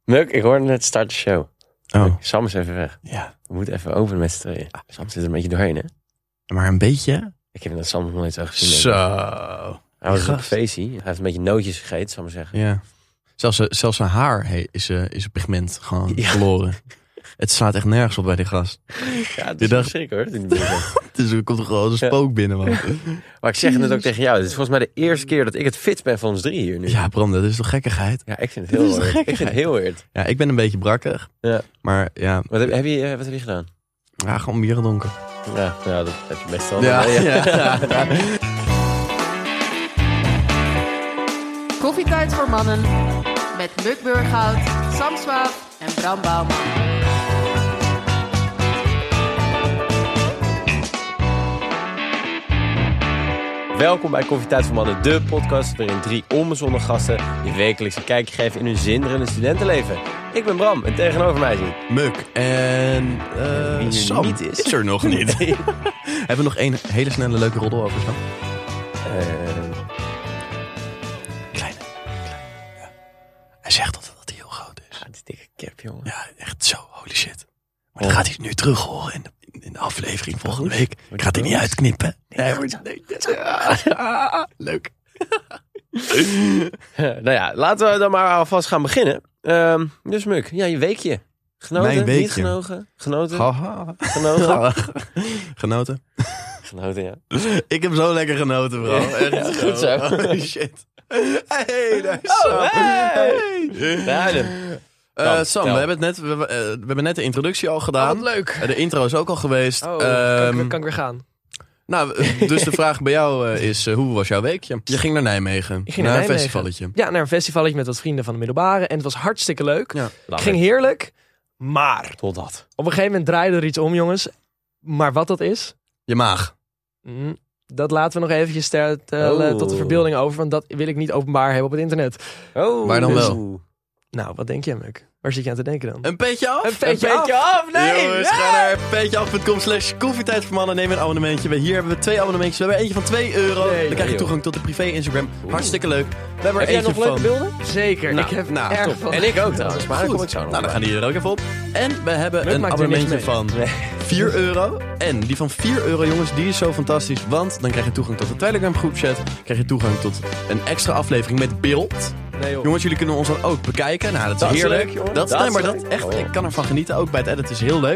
Muk, ik hoorde net start de show. Oh. Sam is even weg. Ja. We moeten even over met z'n tweeën. Sam zit er een beetje doorheen, hè? Maar een beetje? Ik heb dat Sam nog nooit zo gezien. Zo. Hij was op een feestje. Hij heeft een beetje nootjes gegeten, zal ik maar zeggen. Ja. Zelfs zijn haar is een pigment gewoon verloren. Het slaat echt nergens op bij die gast. Ja, het is verschrikkelijk hoor. Dus er komt er gewoon een spook binnen, man. Maar ik zeg het ook tegen jou. Het is volgens mij de eerste keer dat ik het fit ben van ons drie hier nu. Ja, Bram, dat is toch gekkigheid? Ja, ik vind het heel weird. Ik vind het heel weird. Ja, ik ben een beetje brakkig. Ja. Maar ja. Wat heb je gedaan? Ja, gewoon bier gedronken. Ja, dat heb je best wel. Ja. Koffietijd voor mannen. Met Muk Burghout, Sam Swaap en Bram Bouwman. Welkom bij Koffietijd voor Mannen, de podcast waarin 3 onbezonnen gasten je wekelijks een kijkje geven in hun zinderende studentenleven. Ik ben Bram en tegenover mij zit Muk en wie er Sam niet is. er nog niet. Nee. Hebben we nog één hele snelle leuke roddel over Sam? Kleine. Ja. Hij zegt dat hij heel groot is. Ja, die dikke cap, jongen. Ja, echt zo. Holy shit. Maar dan gaat hij nu terug horen in de aflevering volgende week. Ik ga het er niet uitknippen. Nee. Leuk. Nou ja, laten we dan maar alvast gaan beginnen. Dus Muk, ja, je weekje. Genoten? Mijn weekje. Niet genoten? Genoten? Haha. Genoten? Genoten? Genoten, ja. Ik heb zo lekker genoten, bro. Echt goed zo. Holy shit. Hey, daar is Oh, Sam. hey. Ja, Sam, we hebben net de introductie al gedaan. Wat leuk. De intro is ook al geweest. Kan ik weer gaan? Nou, dus de vraag bij jou is, hoe was jouw weekje? Je ging naar Nijmegen. Ik ging naar een Nijmegen. festivalletje. Ja, naar een festivalletje met wat vrienden van de middelbare. En het was hartstikke leuk. Ja. Het ging heerlijk. Maar Totdat. op een gegeven moment draaide er iets om, jongens. Maar wat dat is, Je maag. dat laten we nog eventjes stellen tot de verbeelding over. Want dat wil ik niet openbaar hebben op het internet. Oh, Maar dan dus- wel. Nou, wat denk je, Muk? Waar zit je aan te denken dan? Een petje af? Een petje af? Nee! Jongens, ga naar petjeaf.com/koffietijd voor mannen. Neem een abonnementje. Hier hebben we 2 abonnementjes. We hebben eentje van €2. Nee, Dan krijg je joh. toegang tot de privé Instagram. Hartstikke leuk. We hebben Heb er jij eentje nog leuke van... beelden? Zeker. Nou, ik heb nou, erg top. van. En ik ook trouwens, maar daar Goed. kom ik zo nog Nou, dan bij. gaan die er ook even op. En we hebben Muk een maakt er niks abonnementje mee. van €4. En die van €4, jongens, die is zo fantastisch. Want dan krijg je toegang tot de Telegram groepchat. Krijg je toegang tot een extra aflevering met beeld. Nee, joh. Jongens, jullie kunnen ons dan ook bekijken. Nou, dat Dat is is heerlijk. leuk, jongen. Dat Dat nee, is maar leuk. dat echt, Oh. ik kan ervan genieten. Ook bij het editen is heel leuk.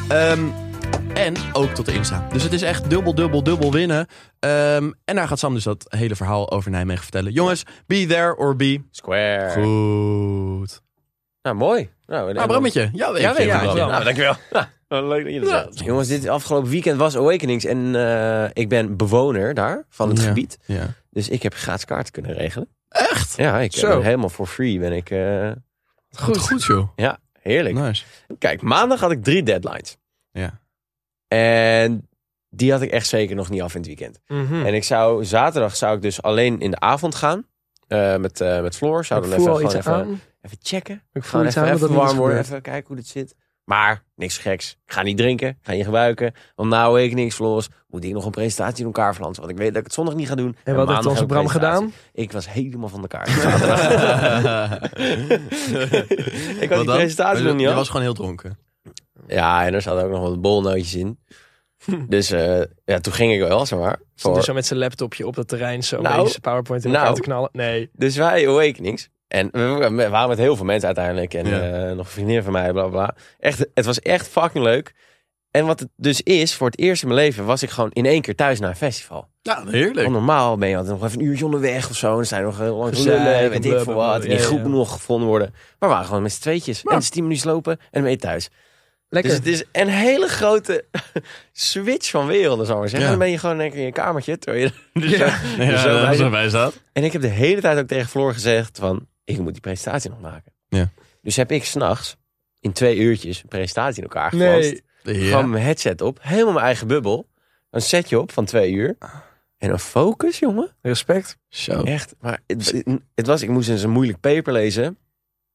En ook tot de Insta. Dus het is echt dubbel winnen. En daar gaat Sam dus dat hele verhaal over Nijmegen vertellen. Jongens, be there or be. Square. Goed. Nou, mooi. Nou, Brammetje, jouw week. Ja, weet je Ja, wel. ja. Nou, dankjewel. Leuk dat je dat zegt. Jongens, dit afgelopen weekend was Awakenings. En ik ben bewoner daar, van het Ja. gebied. Ja. Dus ik heb gratis kaarten kunnen regelen. Echt? Ja, ik Zo. ben helemaal for free ben ik... Goed, joh. ja, heerlijk. Nice. Kijk, maandag had ik 3 deadlines. Ja. En die had ik echt zeker nog niet af in het weekend. Mhm. En zaterdag zou ik dus alleen in de avond gaan. Met Floor. Zou Ik dan voel al even, iets gewoon aan. even checken. Ik voel Gewoon iets aan even dat dat niet warm is worden. gebeurd. Even kijken hoe dit zit. Maar niks geks. Ik ga niet drinken. Ga niet gebruiken. Want na Awakenings, Floors, moet ik nog een presentatie in elkaar flansen. Want ik weet dat ik het zondag niet ga doen. En wat heeft maandag onze heb ik Bram presentatie. gedaan? Ik was helemaal van de kaart. Zaterdag. Ik had die presentatie nog niet Je af. was gewoon heel dronken. Ja, en er zaten ook nog wat bolnootjes in. Dus toen ging ik wel, zeg maar. Stond dus zo met zijn laptopje op dat terrein zo Nou, een beetje zijn PowerPoint in elkaar te knallen. Nee. Dus wij Awakenings. En we waren met heel veel mensen uiteindelijk. En nog een vriendin van mij, bla bla. Echt, het was echt fucking leuk. En wat het dus is, voor het eerst in mijn leven was ik gewoon in één keer thuis naar een festival. Ja, heerlijk. Want normaal ben je altijd nog even een uurtje onderweg of zo. En dan zijn we nog heel lang Gezeik lullen, en weet ik veel blablabla. wat. En die Ja, groepen ja. nog gevonden worden. Maar we waren gewoon met z'n tweetjes. Ja. En 10 minuten lopen en dan ben je thuis. Lekker. Dus het is een hele grote switch van werelden, zou ik maar zeggen. Ja. Dan ben je gewoon lekker in je kamertje, terwijl je er Ja, zo bij bij staat. En ik heb de hele tijd ook tegen Floor gezegd van, ik moet die presentatie nog maken. Ja. Dus heb ik 's nachts in 2 uurtjes een presentatie in elkaar geflanst. Nee. Gewoon mijn headset op, helemaal mijn eigen bubbel. Een setje op van 2 uur. En een focus, jongen. Respect. Zo. Echt. Maar het was, ik moest eens een moeilijk paper lezen.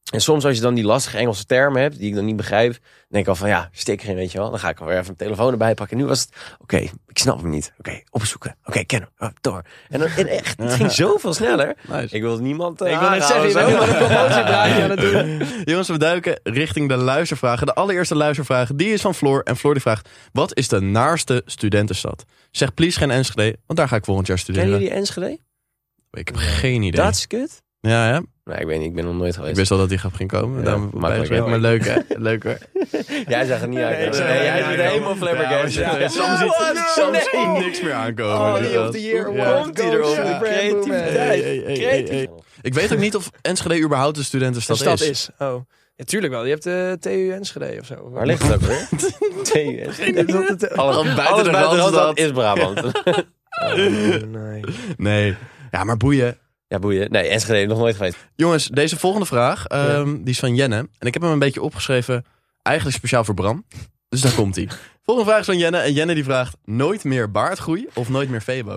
En soms als je dan die lastige Engelse termen hebt, die ik dan niet begrijp, dan denk ik al van ja, stik erin, weet je wel. Dan ga ik alweer even mijn telefoon erbij pakken. En nu was het, oké, ik snap hem niet. Oké, opzoeken. Oké, ken hem. Door. En echt, het ging zoveel sneller. Nice. Ik wil niemand Ik wil net zeggen, je bent helemaal een promotiepraatje aan het doen. Jongens, we duiken richting de luistervragen. De allereerste luistervraag, die is van Floor. En Floor die vraagt, wat is de naarste studentenstad? Zeg please geen Enschede, want daar ga ik volgend jaar studeren. Kennen jullie Enschede? Ik heb geen idee. Dat is kut. Ja, ja. Nee, ik weet niet. Ik ben nog nooit geweest. Ik wist al dat die ging komen. Ja, Daarom makkelijk, bij- hè? maar leuk hè? Leuk hoor. Jij zag het niet uit. Nee, Jij zit helemaal flabbergasted. Ja, Soms ziet niks meer aankomen. Oh, inderdaad. of the year Ja. award. Komt hij erop? Goes to Creativiteit. Hey. Ik weet ook niet of Enschede überhaupt een studentenstad De stad is. is. Oh. Ja, tuurlijk wel. Je hebt de TU Enschede of zo. Waar ligt het ook weer? Alles Buiten de buiten Randstad. Randstad is Brabant. Nee. Nee. Ja, maar boeien. Ja, boeien. Nee, Enschede nog nooit geweest. Jongens, deze volgende vraag, die is van Jenne. En ik heb hem een beetje opgeschreven, eigenlijk speciaal voor Bram. Dus daar komt hij. Volgende vraag is van Jenne. En Jenne die vraagt, nooit meer baardgroei of nooit meer Febo?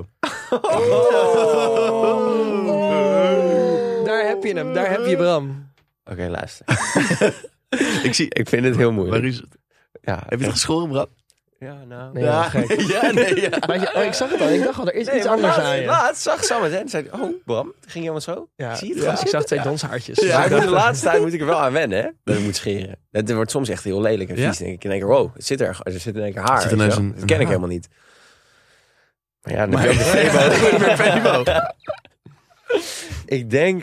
Daar heb je hem. Daar heb je Bram. Oké, luister. Ik vind het heel moeilijk. Waar is het? Ja, Heb je het geschoren, Bram? Ja, nou. Nee, ja, gek. Ja, nee, ja. Maar ik zag het al. Ik dacht al, er is iets anders aan je. Laatst zag Sam het en zei oh Bram, ging helemaal zo? Ja, Zie je het ja, gewoon? ik zag twee donshaartjes. Ja, ik moet de laatste tijd moet ik er wel aan wennen, hè? Dat ik moet scheren. Het wordt soms echt heel lelijk en vies. Ja? Dan denk ik in één keer, wow, er zit in één keer haar. Zit weet ineens je wel. een Dat ken ik haar. helemaal niet. Maar ja, dan heb je ook de Febo. Ik denk,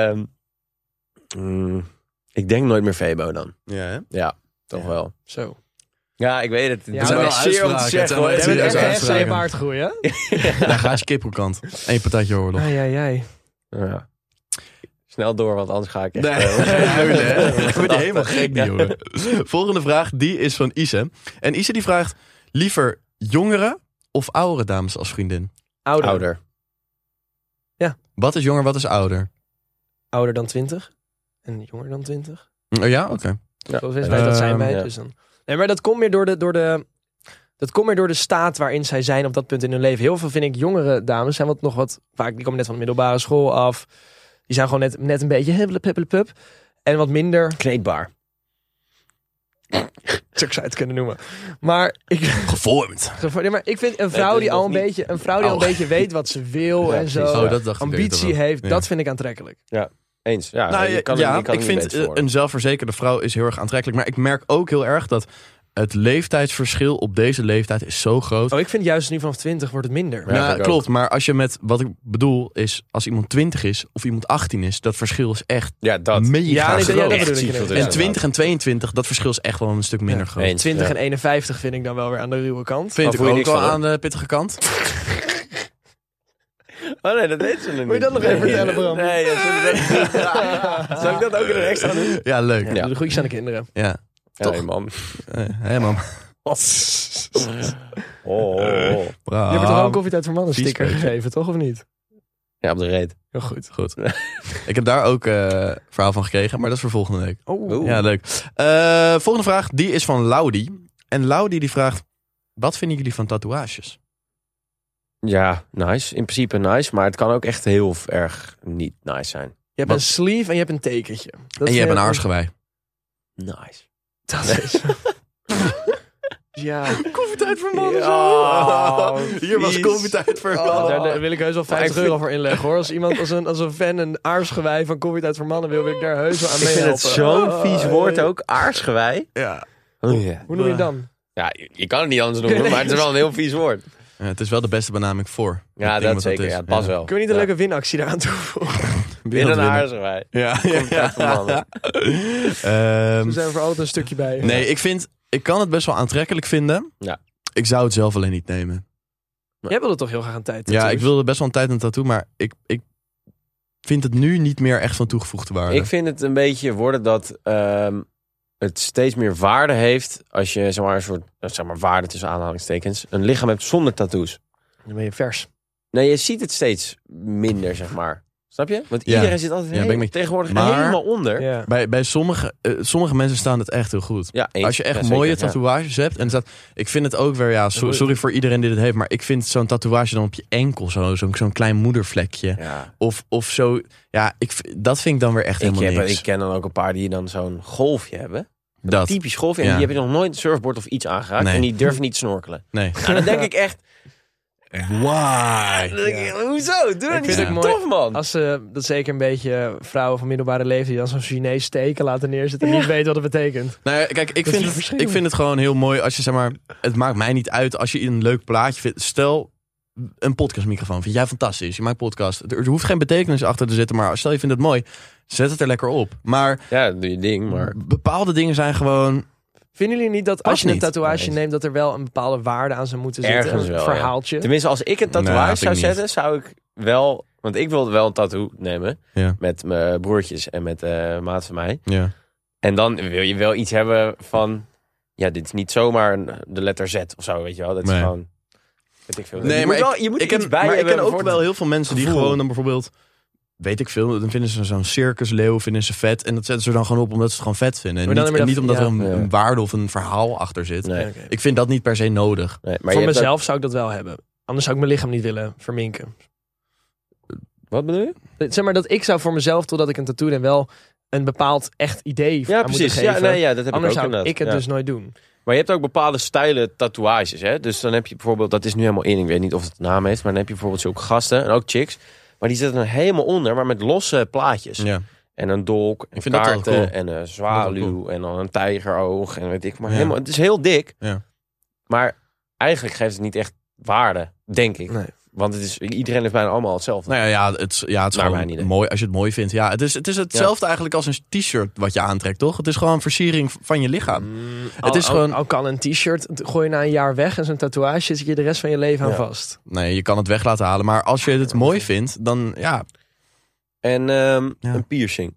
ik denk nooit meer Febo dan. Ja, hè? Ja, toch Ja. wel. Zo. Ja, ik weet het. Ja, Het maar is wel zeer om te uitspraken. zeggen, hoor. Het Jij zijn bent wel echt uitspraken. een baard groeien, hè? Daar gaat je kippelkant. En je patatje oorlog. Ai. Ja. Snel door, want anders ga ik echt... huilen, hè? Ik word helemaal gek, die jongen. Volgende vraag, die is van Ise. En Ise die vraagt, liever jongere of oudere dames als vriendin? Ouder. Wat is jonger, wat is ouder? Ouder dan 20. En jonger dan 20. Oh ja, oké. Ja. Zoals wij dat zijn wij. ja. Dus dan. Nee, maar dat komt meer dat komt meer door de staat waarin zij zijn op dat punt in hun leven. Heel veel vind ik jongere dames zijn nog wat vaak, die komen net van de middelbare school af. Die zijn gewoon net een beetje huppelepup. En wat minder, Kneedbaar. zou ik ze uit kunnen noemen. Maar ik, Gevormd. nee, maar ik vind een vrouw dat die is al nog een niet. beetje, een vrouw die al een beetje weet wat ze wil Ja, en zo. precies. Oh, dat dacht ik ambitie eerder wel. heeft, Ja. dat vind ik aantrekkelijk. Eens. Ja, Nou, je kan ja, je kan ik niet vind beter worden. een zelfverzekerde vrouw is heel erg aantrekkelijk. Maar ik merk ook heel erg dat het leeftijdsverschil op deze leeftijd is zo groot. Oh, ik vind juist nu vanaf 20 wordt het minder. Ja, Ja, vind ik klopt. Maar als je met, wat ik bedoel is, als iemand 20 is of iemand 18 is, dat verschil is echt Ja, dat. mega Ja, nee, groot. dat bedoel Echt ik ziek inderdaad. veel En tussen. 20 en 22, dat verschil is echt wel een stuk minder Ja. groot. Eens. 20 Ja. en 51 vind ik dan wel weer aan de ruwe kant. Vind Maar ik voel je ook niks wel van, aan de pittige kant. Oh nee, dat weet ze nog niet. Moet je dat nog even vertellen, Bram? Nee, ja, zal ik dat ook er extra doen? Ja, leuk. Ja, Ja, doe de groetjes aan de kinderen. ja. Nee, man. Hé man. Oh. Je hebt er toch ook een koffietijd voor mannen Vies sticker beetje. gegeven, toch? Of niet? Ja, op de reet. Heel goed. Goed. Ik heb daar ook verhaal van gekregen, maar dat is voor volgende week. Oeh. Ja, leuk. Volgende vraag, die is van Laudi. En Laudi die vraagt, wat vinden jullie van tatoeages? Ja, nice. In principe nice, maar het kan ook echt heel erg niet nice zijn. Je hebt Wat? een sleeve en je hebt een tekentje. Dat En je hebt een vind- aarsgewei. Nice. Dat is... ja. Koffietijd voor mannen, zo. Hier was vies. koffietijd voor Oh. Daar wil ik heus wel €50 voor inleggen, hoor. Als iemand, als een fan een aarsgewei van Koffietijd voor Mannen wil ik daar heus wel aan Ik mee vind het zo'n vies woord ook. Aarsgewei. Ja. Oh, ja. Hoe noem je het dan? Ja, je kan het niet anders noemen, maar het is wel een heel vies woord. Het is wel de beste benaming voor. Ja, het ding dat wat zeker. is. Ja, het past wel. Kunnen we niet een leuke winactie daaraan toevoegen? Binnen een aarsgewei. Ja. Ja, van mannen. We zijn er voor altijd een stukje bij. Nee, ik kan het best wel aantrekkelijk vinden. Ja. Ik zou het zelf alleen niet nemen. Jij wilde toch heel graag een tijd. Ja, ik wilde best wel een tijd een tattoo, maar ik vind het nu niet meer echt van toegevoegde waarde. Ik vind het een beetje worden dat het steeds meer waarde heeft als je zeg maar, een soort waarde tussen aanhalingstekens een lichaam hebt zonder tattoos. Dan ben je vers. Nee, je ziet het steeds minder, zeg maar. Snap je? Want Ja. iedereen zit altijd ben ik met- tegenwoordig Maar- helemaal onder. Ja. Bij sommige mensen staan het echt heel goed. Ja, eens. Als je echt Ja, mooie zeker, ja. tatoeages hebt. En er staat, ik vind het ook weer, sorry voor iedereen die dit heeft. Maar ik vind zo'n tatoeage dan op je enkel. Zo'n klein moedervlekje. Ja. Of zo. Ja, dat vind ik dan weer echt helemaal niks. Ik ken dan ook een paar die dan zo'n golfje hebben. Dat. Typisch golfje. En Ja. die heb je nog nooit een surfboard of iets aangeraakt. Nee. En die durven niet te snorkelen. Nee. En dan denk ik echt... Why? dan denk ik, hoezo? Doe dat Ik niet vind zo het mooi tof, man. Als ze, dat zeker een beetje vrouwen van middelbare leeftijd die dan zo'n Chinees teken laten neerzetten en niet weten wat het betekent. Nou ja, kijk, is verschrikkelijk. ik vind het gewoon heel mooi als je, zeg maar, het maakt mij niet uit als je een leuk plaatje vindt. Stel, een podcastmicrofoon vind jij fantastisch. Je maakt podcast. Er hoeft geen betekenis achter te zitten, maar stel je vindt het mooi, zet het er lekker op. Maar Ja, doe je ding, maar... bepaalde dingen zijn gewoon... Vinden jullie niet dat als Past je een niet. tatoeage Nee. neemt dat er wel een bepaalde waarde aan zou moeten zitten? Ergens Een wel, verhaaltje? Tenminste, als ik een tatoeage Nou, zou vind ik niet. zetten, zou ik wel... Want ik wilde wel een tattoo nemen. Ja. Met mijn broertjes en met maat van mij. Ja. En dan wil je wel iets hebben van... Ja, dit is niet zomaar de letter Z of zo, weet je wel. Dat is Nee. gewoon... Weet ik veel. Nee, je maar moet wel, je moet ik iets ken, bij maar ik hebben ken ook voor wel heel veel mensen die gevoel. gewoon dan bijvoorbeeld... Weet ik veel, dan vinden ze zo'n circusleeuw vinden ze vet. En dat zetten ze dan gewoon op omdat ze het gewoon vet vinden. En Maar dan niet, heb je en niet dat- omdat er ja. een waarde of een verhaal achter zit. Nee. Ja, oké. Ik vind dat niet per se nodig. Nee, maar Voor je hebt mezelf zou ik dat wel hebben. Anders zou ik mijn lichaam niet willen verminken. ook- Wat bedoel je? Zeg maar dat ik zou voor mezelf, totdat ik een tattoo neem, wel een bepaald echt idee Ja, aan precies. moeten geven. Ja, nee, ja, dat heb Anders ik ook zou inderdaad. ik het Ja. dus nooit doen. Maar je hebt ook bepaalde stijlen tatoeages. Hè? Dus dan heb je bijvoorbeeld, dat is nu helemaal in. Ik weet niet of het een naam heeft. Maar dan heb je bijvoorbeeld zulke gasten en ook chicks. Maar die zitten er helemaal onder, maar met losse plaatjes. Ja. En een dolk, en vind dat wel kaarten, cool. en een zwaluw, en dan een tijgeroog. En weet ik maar. Ja. Helemaal, het is heel dik. Ja. Maar eigenlijk geeft het niet echt waarde, denk ik. Nee. Want het is, iedereen heeft bijna allemaal hetzelfde. Nou ja, het is Naar gewoon mijn idee. mooi als je het mooi vindt. Ja, het is hetzelfde eigenlijk als een t-shirt wat je aantrekt, toch? Het is gewoon een versiering van je lichaam. Het is gewoon... Al kan een t-shirt, gooi je na een jaar weg en zo'n tatoeage zit je de rest van je leven aan Ja. vast. Nee, je kan het weg laten halen. Maar als je het mooi vindt, dan ja, En Ja. een piercing.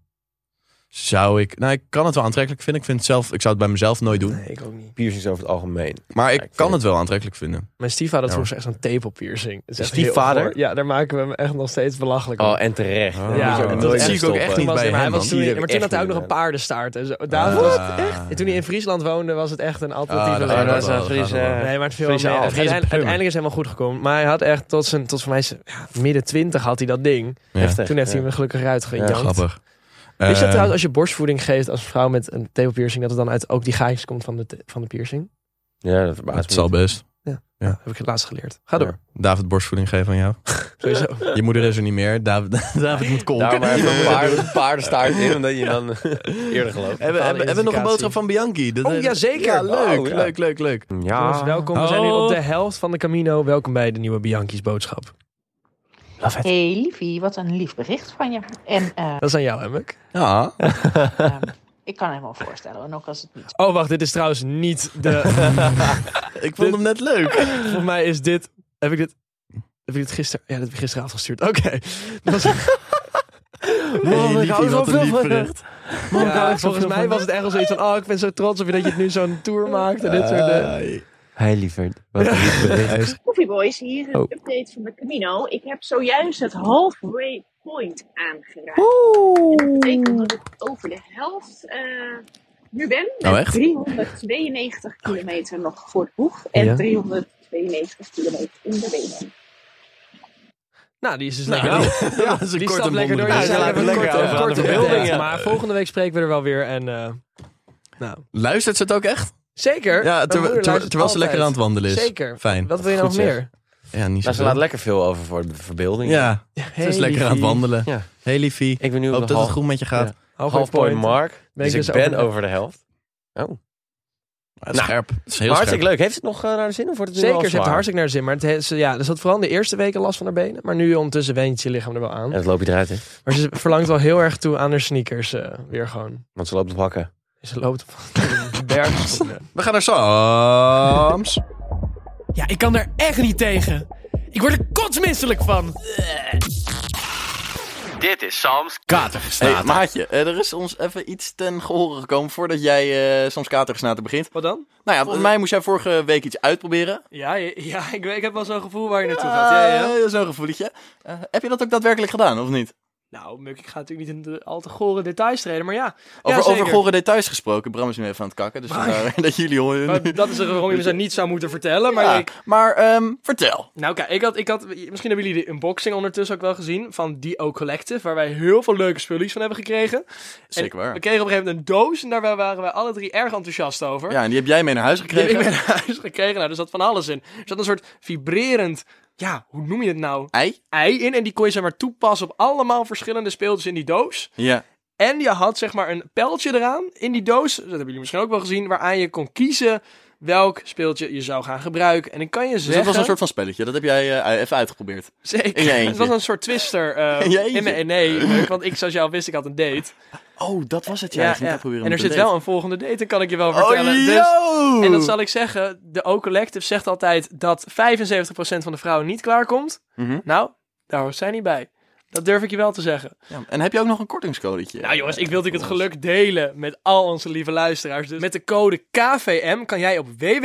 zou ik... Nou, ik kan het wel aantrekkelijk vinden. Ik zou het bij mezelf nooit doen. Nee, ik ook niet. Piercings over het algemeen. Maar ik Ja, ik kan vind het wel aantrekkelijk vinden. Mijn stiefvader had Ja. vroeger echt zo'n tepelpiercing. Dat is Je echt heel stiefvader? goor. Ja, daar maken we hem echt nog steeds belachelijk op. Oh, en terecht. Oh. Dat Ja, moet je ook dat nooit zie ik ook stoppen. echt Toen niet was bij hij hem, was man. toen, Die heb maar ik toen echt had hij ook niet nog een gedaan. paardenstaart. En zo. Daar Echt? En toen hij in Friesland woonde, was het echt een alternatieve dat leven. gaat wel, Fries, dat gaat wel. Nee, maar het viel Friese mee. Alp. Uiteindelijk is het helemaal goed gekomen. Maar hij had echt tot voor mij midden 20 had hij dat ding. Ja. Heftig. Toen heeft hij Ja. hem gelukkig eruit gejankt. Grappig. Wist je dat trouwens als je borstvoeding geeft als vrouw met een tepelpiercing, dat het dan uit ook die gaatjes komt van de piercing? Ja, dat verbaast Het me zal niet. best. Heb ik het laatst geleerd. Ga door. Ja. David borstvoeding geven aan jou. Sowieso. Je moeder is er niet meer. David moet kolken. Daar maar even een paardenstaart in, omdat je dan eerder gelooft. Hebben we nog een boodschap van Bianchi? Oh, ja, zeker. Ja, leuk, Oh, ja. leuk. Jongens, welkom. We zijn nu op de helft van de Camino. Welkom bij de nieuwe Bianchi's boodschap. Hey liefie, wat een lief bericht van je. En Dat is aan jou, Emmek. Ja. ik kan hem wel voorstellen, en ook als het niet... Oh, wacht. Dit is trouwens niet de... Ik vond hem net leuk. Volgens mij is dit... Heb ik dit gisteren... Ja, dat heb ik gisteravond gestuurd. Oké. Dat was... Hey, liefie, wat een lief bericht. Ja, volgens mij was het echt wel zoiets van... Oh, ik ben zo trots op je dat je het nu zo'n tour maakt. En dit soort... Hey lieverd, wat een lief bericht. Coffee Boys, hier een Oh. update van de Camino. Ik heb zojuist het halfway point aangeraakt. En dat betekent dat ik over de helft nu ben. Met Oh, echt? 392 kilometer nog voor de boeg. En Ja. 392 kilometer in de benen. Nou, die is dus Nou, lekker. ja, dat is een Die korte stapt lekker door. bondenbericht. Ja, Ja, laten we lekker een over aan de korte verbeelding, update. ja. Maar volgende week spreken we er wel weer. En nou, Luistert ze het ook echt? zeker. Ja, Mijn moeder luistert terwijl ze lekker aan het altijd. wandelen is. Zeker. Fijn. Wat wil je nou Goed nog zeg. meer? Ja, niet Maar ze zo. laat lekker veel over voor de verbeelding. Ja, ze is lekker aan het wandelen. Ja. Hey liefie. Ik ben nu op Hoop de dat het goed met je gaat. Ja. halfpoint mark. Ben Dus ik ik dus ben over de- over de helft. Oh. Het is scherp. Het is heel Maar scherp. hartstikke leuk. Heeft het nog naar de zin of wordt het nu Zeker, al ze heeft zwaar? hartstikke naar de zin. Maar er zat vooral in de eerste weken last van haar benen. Maar nu ondertussen went je lichaam er wel aan. En dat loop je eruit, hè? Maar ze verlangt wel heel erg toe aan haar sneakers. Weer gewoon. Want ze loopt op hakken. Ze loopt op een bergschoenen. We gaan naar Sams. Ja, ik kan daar echt niet tegen. Ik word er kotsmisselijk van. Dit is Sams Hey, maatje, er is ons even iets ten gehore gekomen voordat jij soms katergesnaten begint. Wat dan? Nou ja, volgens mij moest jij vorige week iets uitproberen. Ja, ik heb wel zo'n gevoel waar je naartoe gaat. Ja. Zo'n gevoeletje. Heb je dat ook daadwerkelijk gedaan, of niet? Nou, Muk, ik ga natuurlijk niet in de al te gore details treden, maar ja. Over gore details gesproken. Bram is nu even aan het kakken, dus vandaar dat jullie horen. Maar dat is waarom je ze niet zou moeten vertellen. Maar, vertel. Nou kijk, ik had misschien hebben jullie de unboxing ondertussen ook wel gezien van D.O. Collective, waar wij heel veel leuke spulletjes van hebben gekregen. Zeker waar. We kregen op een gegeven moment een doos en daar waren wij alle 3 erg enthousiast over. Ja, en die heb jij mee naar huis gekregen. Die heb ik mee naar huis gekregen. Nou, er zat van alles in. Er zat een soort vibrerend, ja, hoe noem je het nou? Ei in. En die kon je zeg maar toepassen op allemaal verschillende speeltjes in die doos. Ja. En je had zeg maar een pijltje eraan in die doos. Dat hebben jullie misschien ook wel gezien. Waaraan je kon kiezen welk speeltje je zou gaan gebruiken. En dan kan je zeggen... Dus dat was een soort van spelletje. Dat heb jij even uitgeprobeerd. Zeker. Het was een soort twister. Nee, want ik, zoals je al wist, ik had een date. Oh, dat was het. Ja. En er zit wel een volgende date, kan ik je wel vertellen. Dus, en dat zal ik zeggen. De O Collective zegt altijd dat 75% van de vrouwen niet klaarkomt. Mm-hmm. Nou, daar hoort zij niet bij. Dat durf ik je wel te zeggen. Ja, en heb je ook nog een kortingscodetje? Nou jongens, ik wil natuurlijk het geluk delen met al onze lieve luisteraars. Dus met de code KVM kan jij op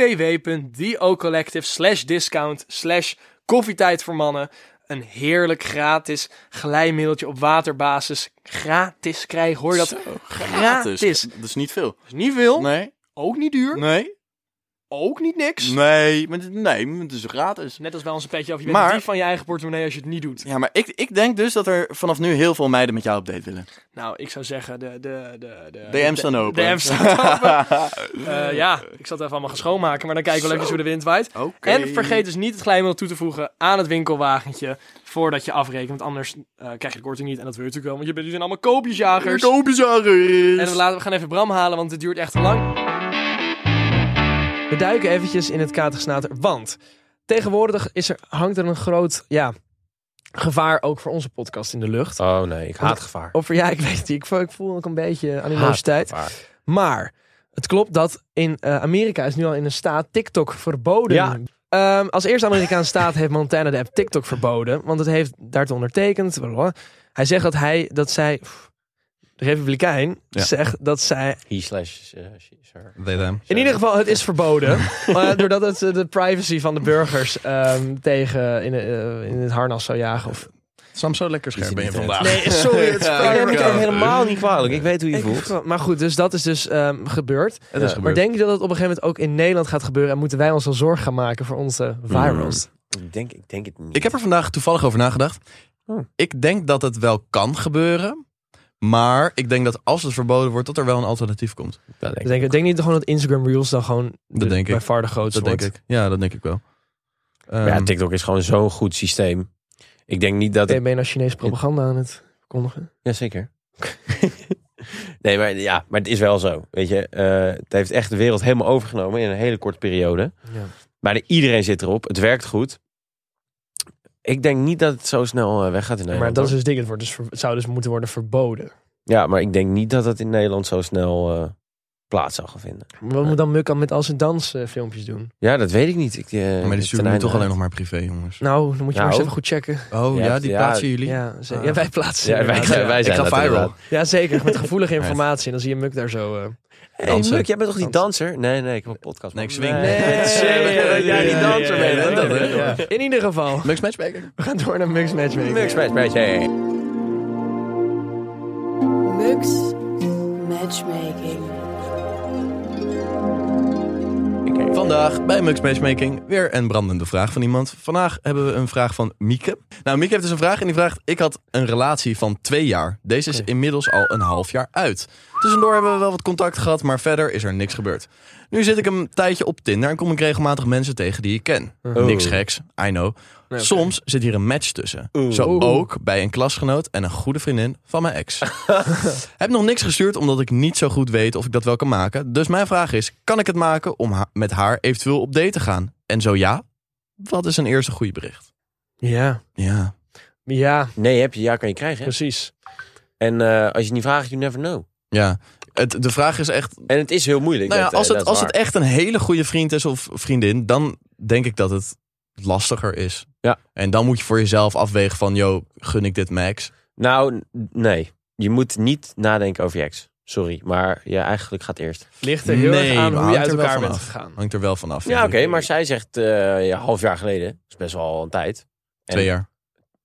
www.docollective/discount/koffietijd voor mannen een heerlijk gratis glijmiddeltje op waterbasis gratis krijgen. Hoor je dat? Zo, gratis. Dat is niet veel. Dat is niet veel. Nee. Ook niet duur. Nee. Ook niet niks. Nee, maar het is gratis. Net als bij ons petje af. Je bent dief van je eigen portemonnee als je het niet doet. Ja, maar ik denk dus dat er vanaf nu heel veel meiden met jou op date willen. Nou, ik zou zeggen de DM's staan open. De DM's staan open. Ja, ik zal het even allemaal gaan schoonmaken. Maar dan kijken we wel even hoe de wind waait. Okay. En vergeet dus niet het glijmiddel toe te voegen aan het winkelwagentje voordat je afrekent. Want anders krijg je de korting niet. En dat wil je natuurlijk wel, want jullie zijn allemaal koopjesjagers. Koopjesjagers. En we gaan even Bram halen, want het duurt echt te lang. We duiken eventjes in het katergesnater, want tegenwoordig hangt er een groot gevaar ook voor onze podcast in de lucht. Oh nee, ik haat gevaar. Ik weet het, ik voel ook een beetje animositeit. Maar het klopt dat in Amerika is nu al in een staat TikTok verboden. Ja. Als eerste Amerikaanse staat heeft Montana de app TikTok verboden, want het heeft daartoe ondertekend. Hij zegt dat zij... De Republikein zegt dat zij... In ieder geval, het is verboden. Doordat het de privacy van de burgers tegen in het harnas zou jagen. Sam, zo lekker scherp ben je vandaag. Nee, sorry. Het neem ik helemaal niet kwalijk. Ik weet hoe je voelt. Maar goed, dus dat is dus gebeurd. Maar denk je dat het op een gegeven moment ook in Nederland gaat gebeuren? En moeten wij ons al zorgen gaan maken voor onze virals? Ik denk het niet. Ik heb er vandaag toevallig over nagedacht. Ik denk dat het wel kan gebeuren. Maar ik denk dat als het verboden wordt, dat er wel een alternatief komt. Ik denk niet gewoon dat Instagram Reels dan gewoon bij far de grootste wordt. Denk ik. Ja, dat denk ik wel. TikTok is gewoon zo'n goed systeem. Ik denk niet dat... Ben je nou Chinese propaganda aan het verkondigen? Jazeker. Nee, maar het is wel zo. Weet je, het heeft echt de wereld helemaal overgenomen in een hele korte periode. Ja. Maar iedereen zit erop. Het werkt goed. Ik denk niet dat het zo snel weggaat in Nederland. Maar dat is dus ding. Het zou dus moeten worden verboden. Ja, maar ik denk niet dat het in Nederland zo snel plaats zou gaan vinden. Wat moet dan Muk aan met al zijn dansfilmpjes doen? Ja, dat weet ik niet. Maar die sturen nu toch alleen nog maar privé, jongens. Nou, dan moet je maar eens even goed checken. Oh ja, die plaatsen jullie? Ja, wij plaatsen. Ja, wij zijn ik ga viral. Ja, zeker. Met gevoelige informatie. En dan zie je Muk daar zo... Hey, Muk, jij bent toch die danser? Nee, ik heb een podcast. Nee, ik swing. Jij die danser bent. In ieder geval. Mux Matchmaker. We gaan door naar Mux Matchmaker. Mux Matchmaker. Mux Matchmaking. Vandaag bij Mux Matchmaking weer een brandende vraag van iemand. Vandaag hebben we een vraag van Mieke. Nou, Mieke heeft dus een vraag en die vraagt... Ik had een relatie van 2 jaar. Deze is inmiddels al een half jaar uit. Tussendoor hebben we wel wat contact gehad, maar verder is er niks gebeurd. Nu zit ik een tijdje op Tinder en kom ik regelmatig mensen tegen die ik ken. Niks geks, I know. Nee, soms zit hier een match tussen. Zo ook bij een klasgenoot en een goede vriendin van mijn ex. Heb nog niks gestuurd omdat ik niet zo goed weet of ik dat wel kan maken. Dus mijn vraag is, kan ik het maken om met haar eventueel op date te gaan? En zo ja, wat is een eerste goede bericht? Ja. Nee, kan je krijgen. Precies. En als je het niet vraagt, you never know. Ja, de vraag is echt... En het is heel moeilijk. Nou ja, als het echt een hele goede vriend is of vriendin, dan denk ik dat het lastiger is. Ja. En dan moet je voor jezelf afwegen van, gun ik dit Max? Nou, nee. Je moet niet nadenken over je ex. Sorry, maar je eigenlijk gaat eerst. Ligt er heel erg aan hoe je uit elkaar bent gegaan. Hangt er wel vanaf. Ja, oké, maar zij zegt half jaar geleden. Dat is best wel een tijd. 2 jaar.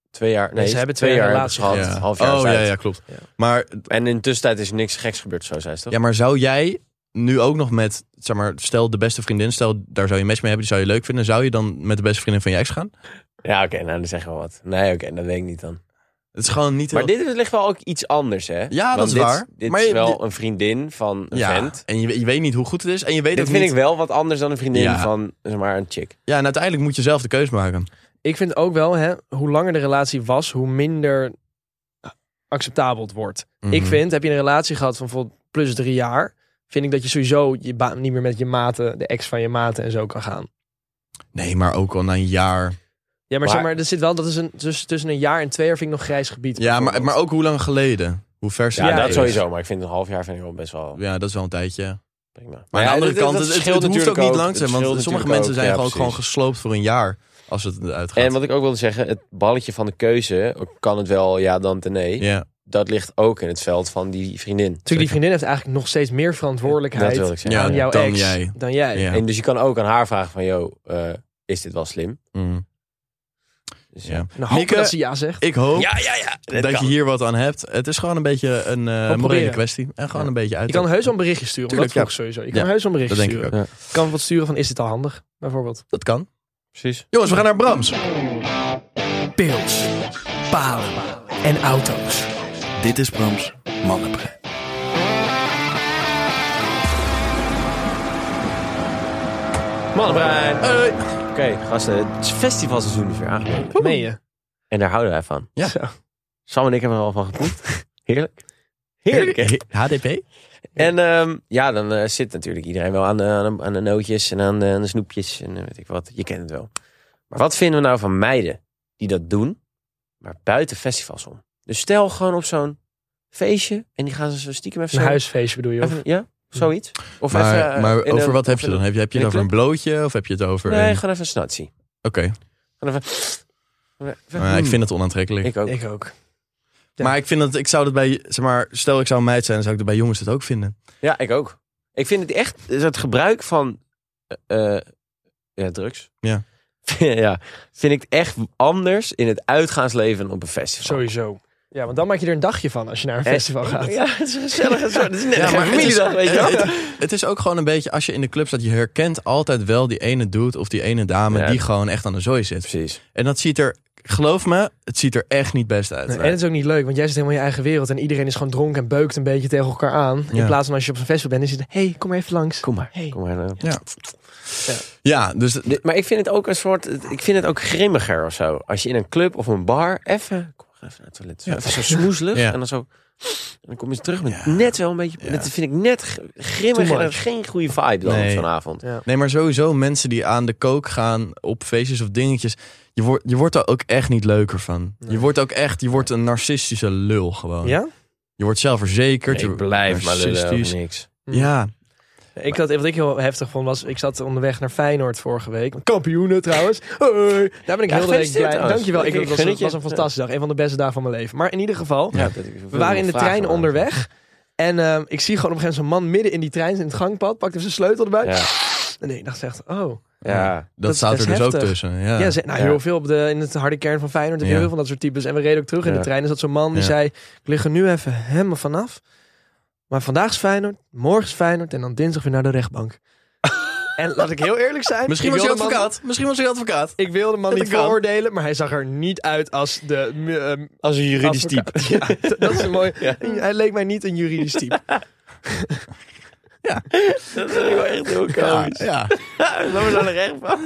2 jaar. Nee, ze hebben 2 2 jaar relaties gehad. Ja. Half jaar is uit. Ja, klopt. Ja. Maar, En in de tussentijd is er niks geks gebeurd, zo zei ze toch? ja, maar zou jij nu ook nog met, zeg maar, stel de beste vriendin, stel daar zou je een match mee hebben, die zou je leuk vinden. Zou je dan met de beste vriendin van je ex gaan? Ja, oké, nou dan zeg je wel wat. Nee, oké, dat weet ik niet dan. Het is gewoon niet Maar heel... dit ligt wel ook iets anders, hè? Ja, dat is Want waar. Dit Maar is je- wel een vriendin van een Ja, vent. en je weet niet hoe goed het is. En je weet Dit ook vind niet... ik wel wat anders dan een vriendin Ja. van, zeg maar, een chick. Ja, en uiteindelijk moet je zelf de keus maken. Ik vind ook wel, hè, hoe langer de relatie was, hoe minder acceptabel het wordt. Mhm. Ik vind, heb je een relatie gehad van bijvoorbeeld plus 3 jaar, vind ik dat je sowieso niet meer met je maten, de ex van je maten en zo kan gaan. Nee, maar ook al na een jaar. Ja, maar, Maar- zeg maar, er zit wel, dat is tussen een jaar en 2 jaar vind ik nog grijs gebied. Ja, maar bijvoorbeeld. ook hoe lang geleden? Hoe vers Ja, het dat is. sowieso. Maar ik vind een half jaar vind ik wel best wel Ja, dat is wel een tijdje. prima. Maar aan de andere kant, het hoeft ook niet lang te zijn. Want Want sommige mensen zijn gewoon gesloopt voor een jaar. Als het eruit gaat. En wat ik ook wilde zeggen, het balletje van de keuze, kan het wel ja dan te nee. Ja. Dat ligt ook in het veld van die vriendin. Natuurlijk, die vriendin heeft eigenlijk nog steeds meer verantwoordelijkheid Dat wil ik zeggen. aan jouw dan ex jij. dan jij. Ja. En dus je kan ook aan haar vragen van, yo, is dit wel slim? Mm. Dus Ja. Nou, hopen Mieke, dat ze ja zegt. Ik hoop Ja. dat je hier wat aan hebt. Het is gewoon een beetje een morele proberen. kwestie. En gewoon een beetje uit. Je kan heus wel een berichtje sturen. Tuurlijk, Dat vroeg sowieso. Je kan Ja, heus wel een berichtje dat denk ik sturen. ook. Je kan wat sturen van, is dit al handig? Bijvoorbeeld. Dat kan. Precies. Jongens, we gaan naar Brams. Pils, palen en auto's. Dit is Brams Mannenbrein. Mannenbrein. Oké, gasten. Het festivalseizoen is weer aangebroken. Meen je? En daar houden wij van. Ja. Zo. Sam en ik hebben er al van geproefd. Heerlijk. Heerlijk, hè? HDP? En dan zit natuurlijk iedereen wel aan de nootjes en aan de snoepjes en weet ik wat. Je kent het wel. Maar wat vinden we nou van meiden die dat doen, maar buiten festivals om? Dus stel gewoon op zo'n feestje en die gaan ze zo stiekem even Een zo... huisfeestje bedoel je? Of? Even, ja, zoiets. Of Maar, even, maar in over een- wat heb of je in dan? een- Heb je in het een over een blootje of heb je het over... Nee, een... gewoon even een snatsie. Oké. Gewoon even... Maar ik vind het onaantrekkelijk. Ik ook. Ik ook. Ja. Maar ik vind dat ik zou het bij, zeg maar, stel ik zou een meid zijn, dan zou ik het bij jongens het ook vinden. Ja, ik ook. Ik vind het echt, het gebruik van drugs. Ja. Ja, vind ik echt anders in het uitgaansleven dan op een festival. Sowieso. Ja, want dan maak je er een dagje van als je naar een festival gaat. Ja, het is gezellig. Het is net Ja, een maar familiedag, weet je wel. Het is ook gewoon een beetje, als je in de club staat, je herkent altijd wel die ene dude of die ene dame Ja. die gewoon echt aan de zooi zit. Precies. En dat ziet er, geloof me, het ziet er echt niet best uit. Nee, en het is ook niet leuk, want jij zit helemaal in je eigen wereld en iedereen is gewoon dronken en beukt een beetje tegen elkaar aan. Ja. In plaats van als je op zo'n festival bent, is het, hey, kom maar even langs. Kom maar. Hey. Kom maar. Ja, dus Maar ik vind het ook een soort, ik vind het ook grimmiger of zo. Als je in een club of een bar even, kom maar even naar het toilet. Zo, Ja. even zo smoezelig Ja. en dan zo. En dan kom je terug met net wel een beetje, Ja. dat vind ik net grimmig Too en much. geen goede vibe dan Nee. op zo'n avond. Ja. nee, maar sowieso mensen die aan de kook gaan op feestjes of dingetjes, je wordt er ook echt niet leuker van. Nee. Je wordt een narcistische lul gewoon. Ja? Je wordt zelfverzekerd. Nee, je ik wordt blijf maar lullen over narcistisch. niks. Ja, Wat ik heel heftig vond was, ik zat onderweg naar Feyenoord vorige week. Kampioenen trouwens. Hoi. Daar ben ik Ja, heel erg gefeliciteerd blij. trouwens. Dankjewel. Ik Het gun het je. was een fantastische dag. Een van de beste dagen van mijn leven. Maar in ieder geval, Ja, we waren in de trein onderweg. En ik zie gewoon op een gegeven moment zo'n man midden in die trein in het gangpad. Pakte zijn sleutel erbij. Ja, En nee, ik dacht echt, oh. ja. dat staat is er dus ook heftig. tussen. Ja. Ja, Ja. heel veel in het harde kern van Feyenoord. Heb je Ja. heel veel van dat soort types. En we reden ook terug in de Ja. trein. Er zat zo'n man die Ja. zei, ik lig er nu even helemaal vanaf. Maar vandaag is Feyenoord, morgen is Feyenoord en dan dinsdag weer naar de rechtbank. En laat ik heel eerlijk zijn. Misschien ik was hij wil de man- advocaat. Misschien was hij advocaat. Ik wil de man Dat niet kan. veroordelen, maar hij zag er niet uit als de... Als een juridisch type. advocaat. Ja, dat is een mooi... Ja. Hij leek mij niet een juridisch type. Dat vind ik wel echt heel Ja, komisch. ja. Laten we naar de rechtbank.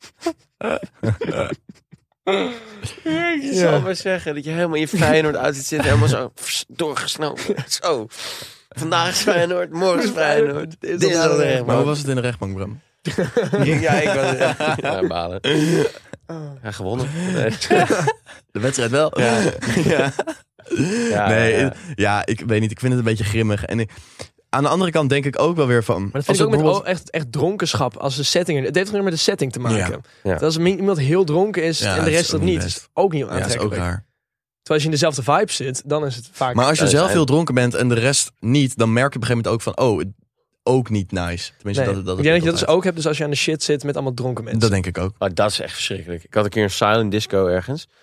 Je Ja. zal maar zeggen dat je helemaal in Feyenoord uit zit zitten. Helemaal zo doorgesnopen. Zo. Vandaag is Feyenoord, morgen is Feyenoord. Dit is al de Maar hoe rechtbank. was het in de rechtbank, Bram? Ja, ik was... Ja, balen. Ja, gewonnen. Nee. De wedstrijd wel. Ja. Ja. Ja, Nee, ja. ja, ik weet niet. Ik vind het een beetje grimmig. En aan de andere kant denk ik ook wel weer van... Maar dat als vind ik ook het met bijvoorbeeld- echt dronkenschap. Als de setting... Het heeft gewoon met de setting te maken. Ja. Ja. Dat als iemand heel dronken is Ja, en dat de is rest dat ook niet niet. best. Is ook niet Ja, dat is ook aantrekkelijk. raar. Terwijl als je in dezelfde vibe zit, dan is het vaak... Maar als je Dat is zelf heel eigenlijk- dronken bent en de rest niet... dan merk je op een gegeven moment ook van... oh, ook niet nice. Tenminste, Nee. dat ik denk dat je dat dus altijd. ook hebt dus als je aan de shit zit met allemaal dronken mensen. Dat denk ik ook. Maar dat is echt verschrikkelijk. Ik had een keer een silent disco ergens.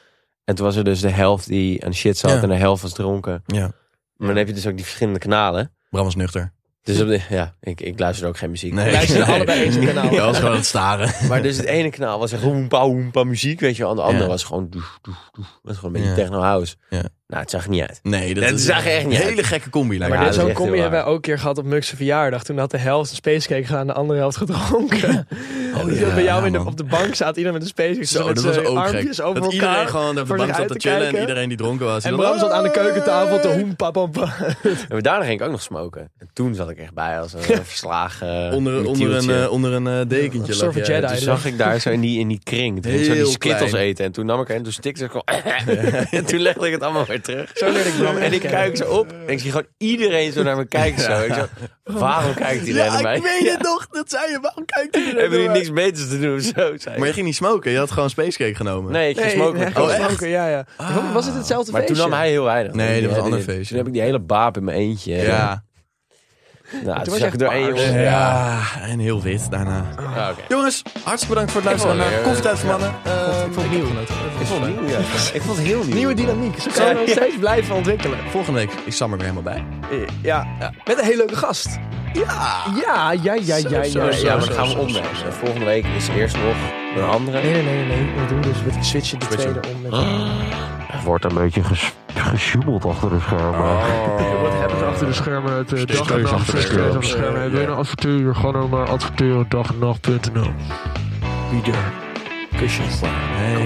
En toen was er dus de helft die aan shit zat Ja. en de helft was dronken. Ja. Maar dan heb je dus ook die verschillende kanalen. Bram was nuchter. Dus ik luister ook geen muziek. Nee. Luisteren allebei eens een kanaal. Ja, was gewoon aan het staren. Maar dus het ene kanaal was echt hoempa muziek, weet je wel. En de andere was gewoon doef. Was gewoon een beetje techno house. Ja. Nou, het zag er niet uit. Nee, dat Het is zag er echt een niet uit. hele gekke combi. lijkt Maar me. dat is zo'n echt combi heel hebben wij raar. ook een keer gehad op Mukse verjaardag. Toen had de helft een spacecake gedaan, de andere helft gedronken. Dus ja, bij jou ja, man. op de bank staat iedereen met een spacecake. Zo, met dat was zijn ook armpjes gek. over Dat elkaar. iedereen gewoon op de voor bank zich zat uit te te chillen en kijken. iedereen die dronken was. En Bram zat aan de keukentafel te hoempapampa. En daarna ging ik ook nog smoken. En toen zat ik echt bij als een verslagen onder een dekentje. Een soort lag van jij. Jedi. Toen zag ik daar zo in die kring. Toen ging ik zo die Heel Skittles klein. eten. En toen nam ik er en toen stikte ik gewoon... En toen legde ik het allemaal weer terug. Zo leerde ik Bram En ik kennen. kijk zo op. En ik zie gewoon iedereen zo naar me kijken. Zo. Ik zo, waarom kijkt iedereen naar Ja, mij? ik weet het nog. Dat zei je. Waarom kijkt iedereen Hebben naar jullie mij? niks beters te doen? Zo, zei ik. Maar je ging niet smoken. Je had gewoon spacecake genomen. Nee, ik ging smoken met nee, Koos. smoken, ja. Was het hetzelfde Maar toen feestje? nam hij heel weinig. Nee, dat was een Die- ander feestje. Toen heb ik die hele baap in mijn eentje. Ja. Nou, toen was zag je ik door echt één paars. jongen. Ja, en heel wit daarna. Ah, oké. Jongens, hartstikke bedankt voor het luisteren vond het naar weer- Koffietijd voor Mannen. Ik vond het nieuw. Ik vond het nieuw, ja. Ik vond het heel nieuw. Nieuwe dynamiek. Zo kan je nog steeds blijven ontwikkelen. Volgende week is Sam er weer helemaal bij. Ja. Met een hele leuke gast. Ja. Ja. Ja, maar dan gaan we omnemen. Volgende week is eerst nog een andere. Nee. We doen dus, we switchen de tweede om. Met Het wordt een beetje gesjoemeld achter de schermen. Wat hebben ze achter de schermen? Het dag en nacht achter de schermen. achter de schermen. Wil je nou adverteren? Ga dan naar adverteren.dagennacht.nl. Wie er? Kusjes.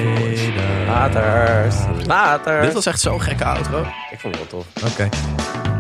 Later. Dit was echt zo'n gekke outro. Ik vond het wel tof. Oké.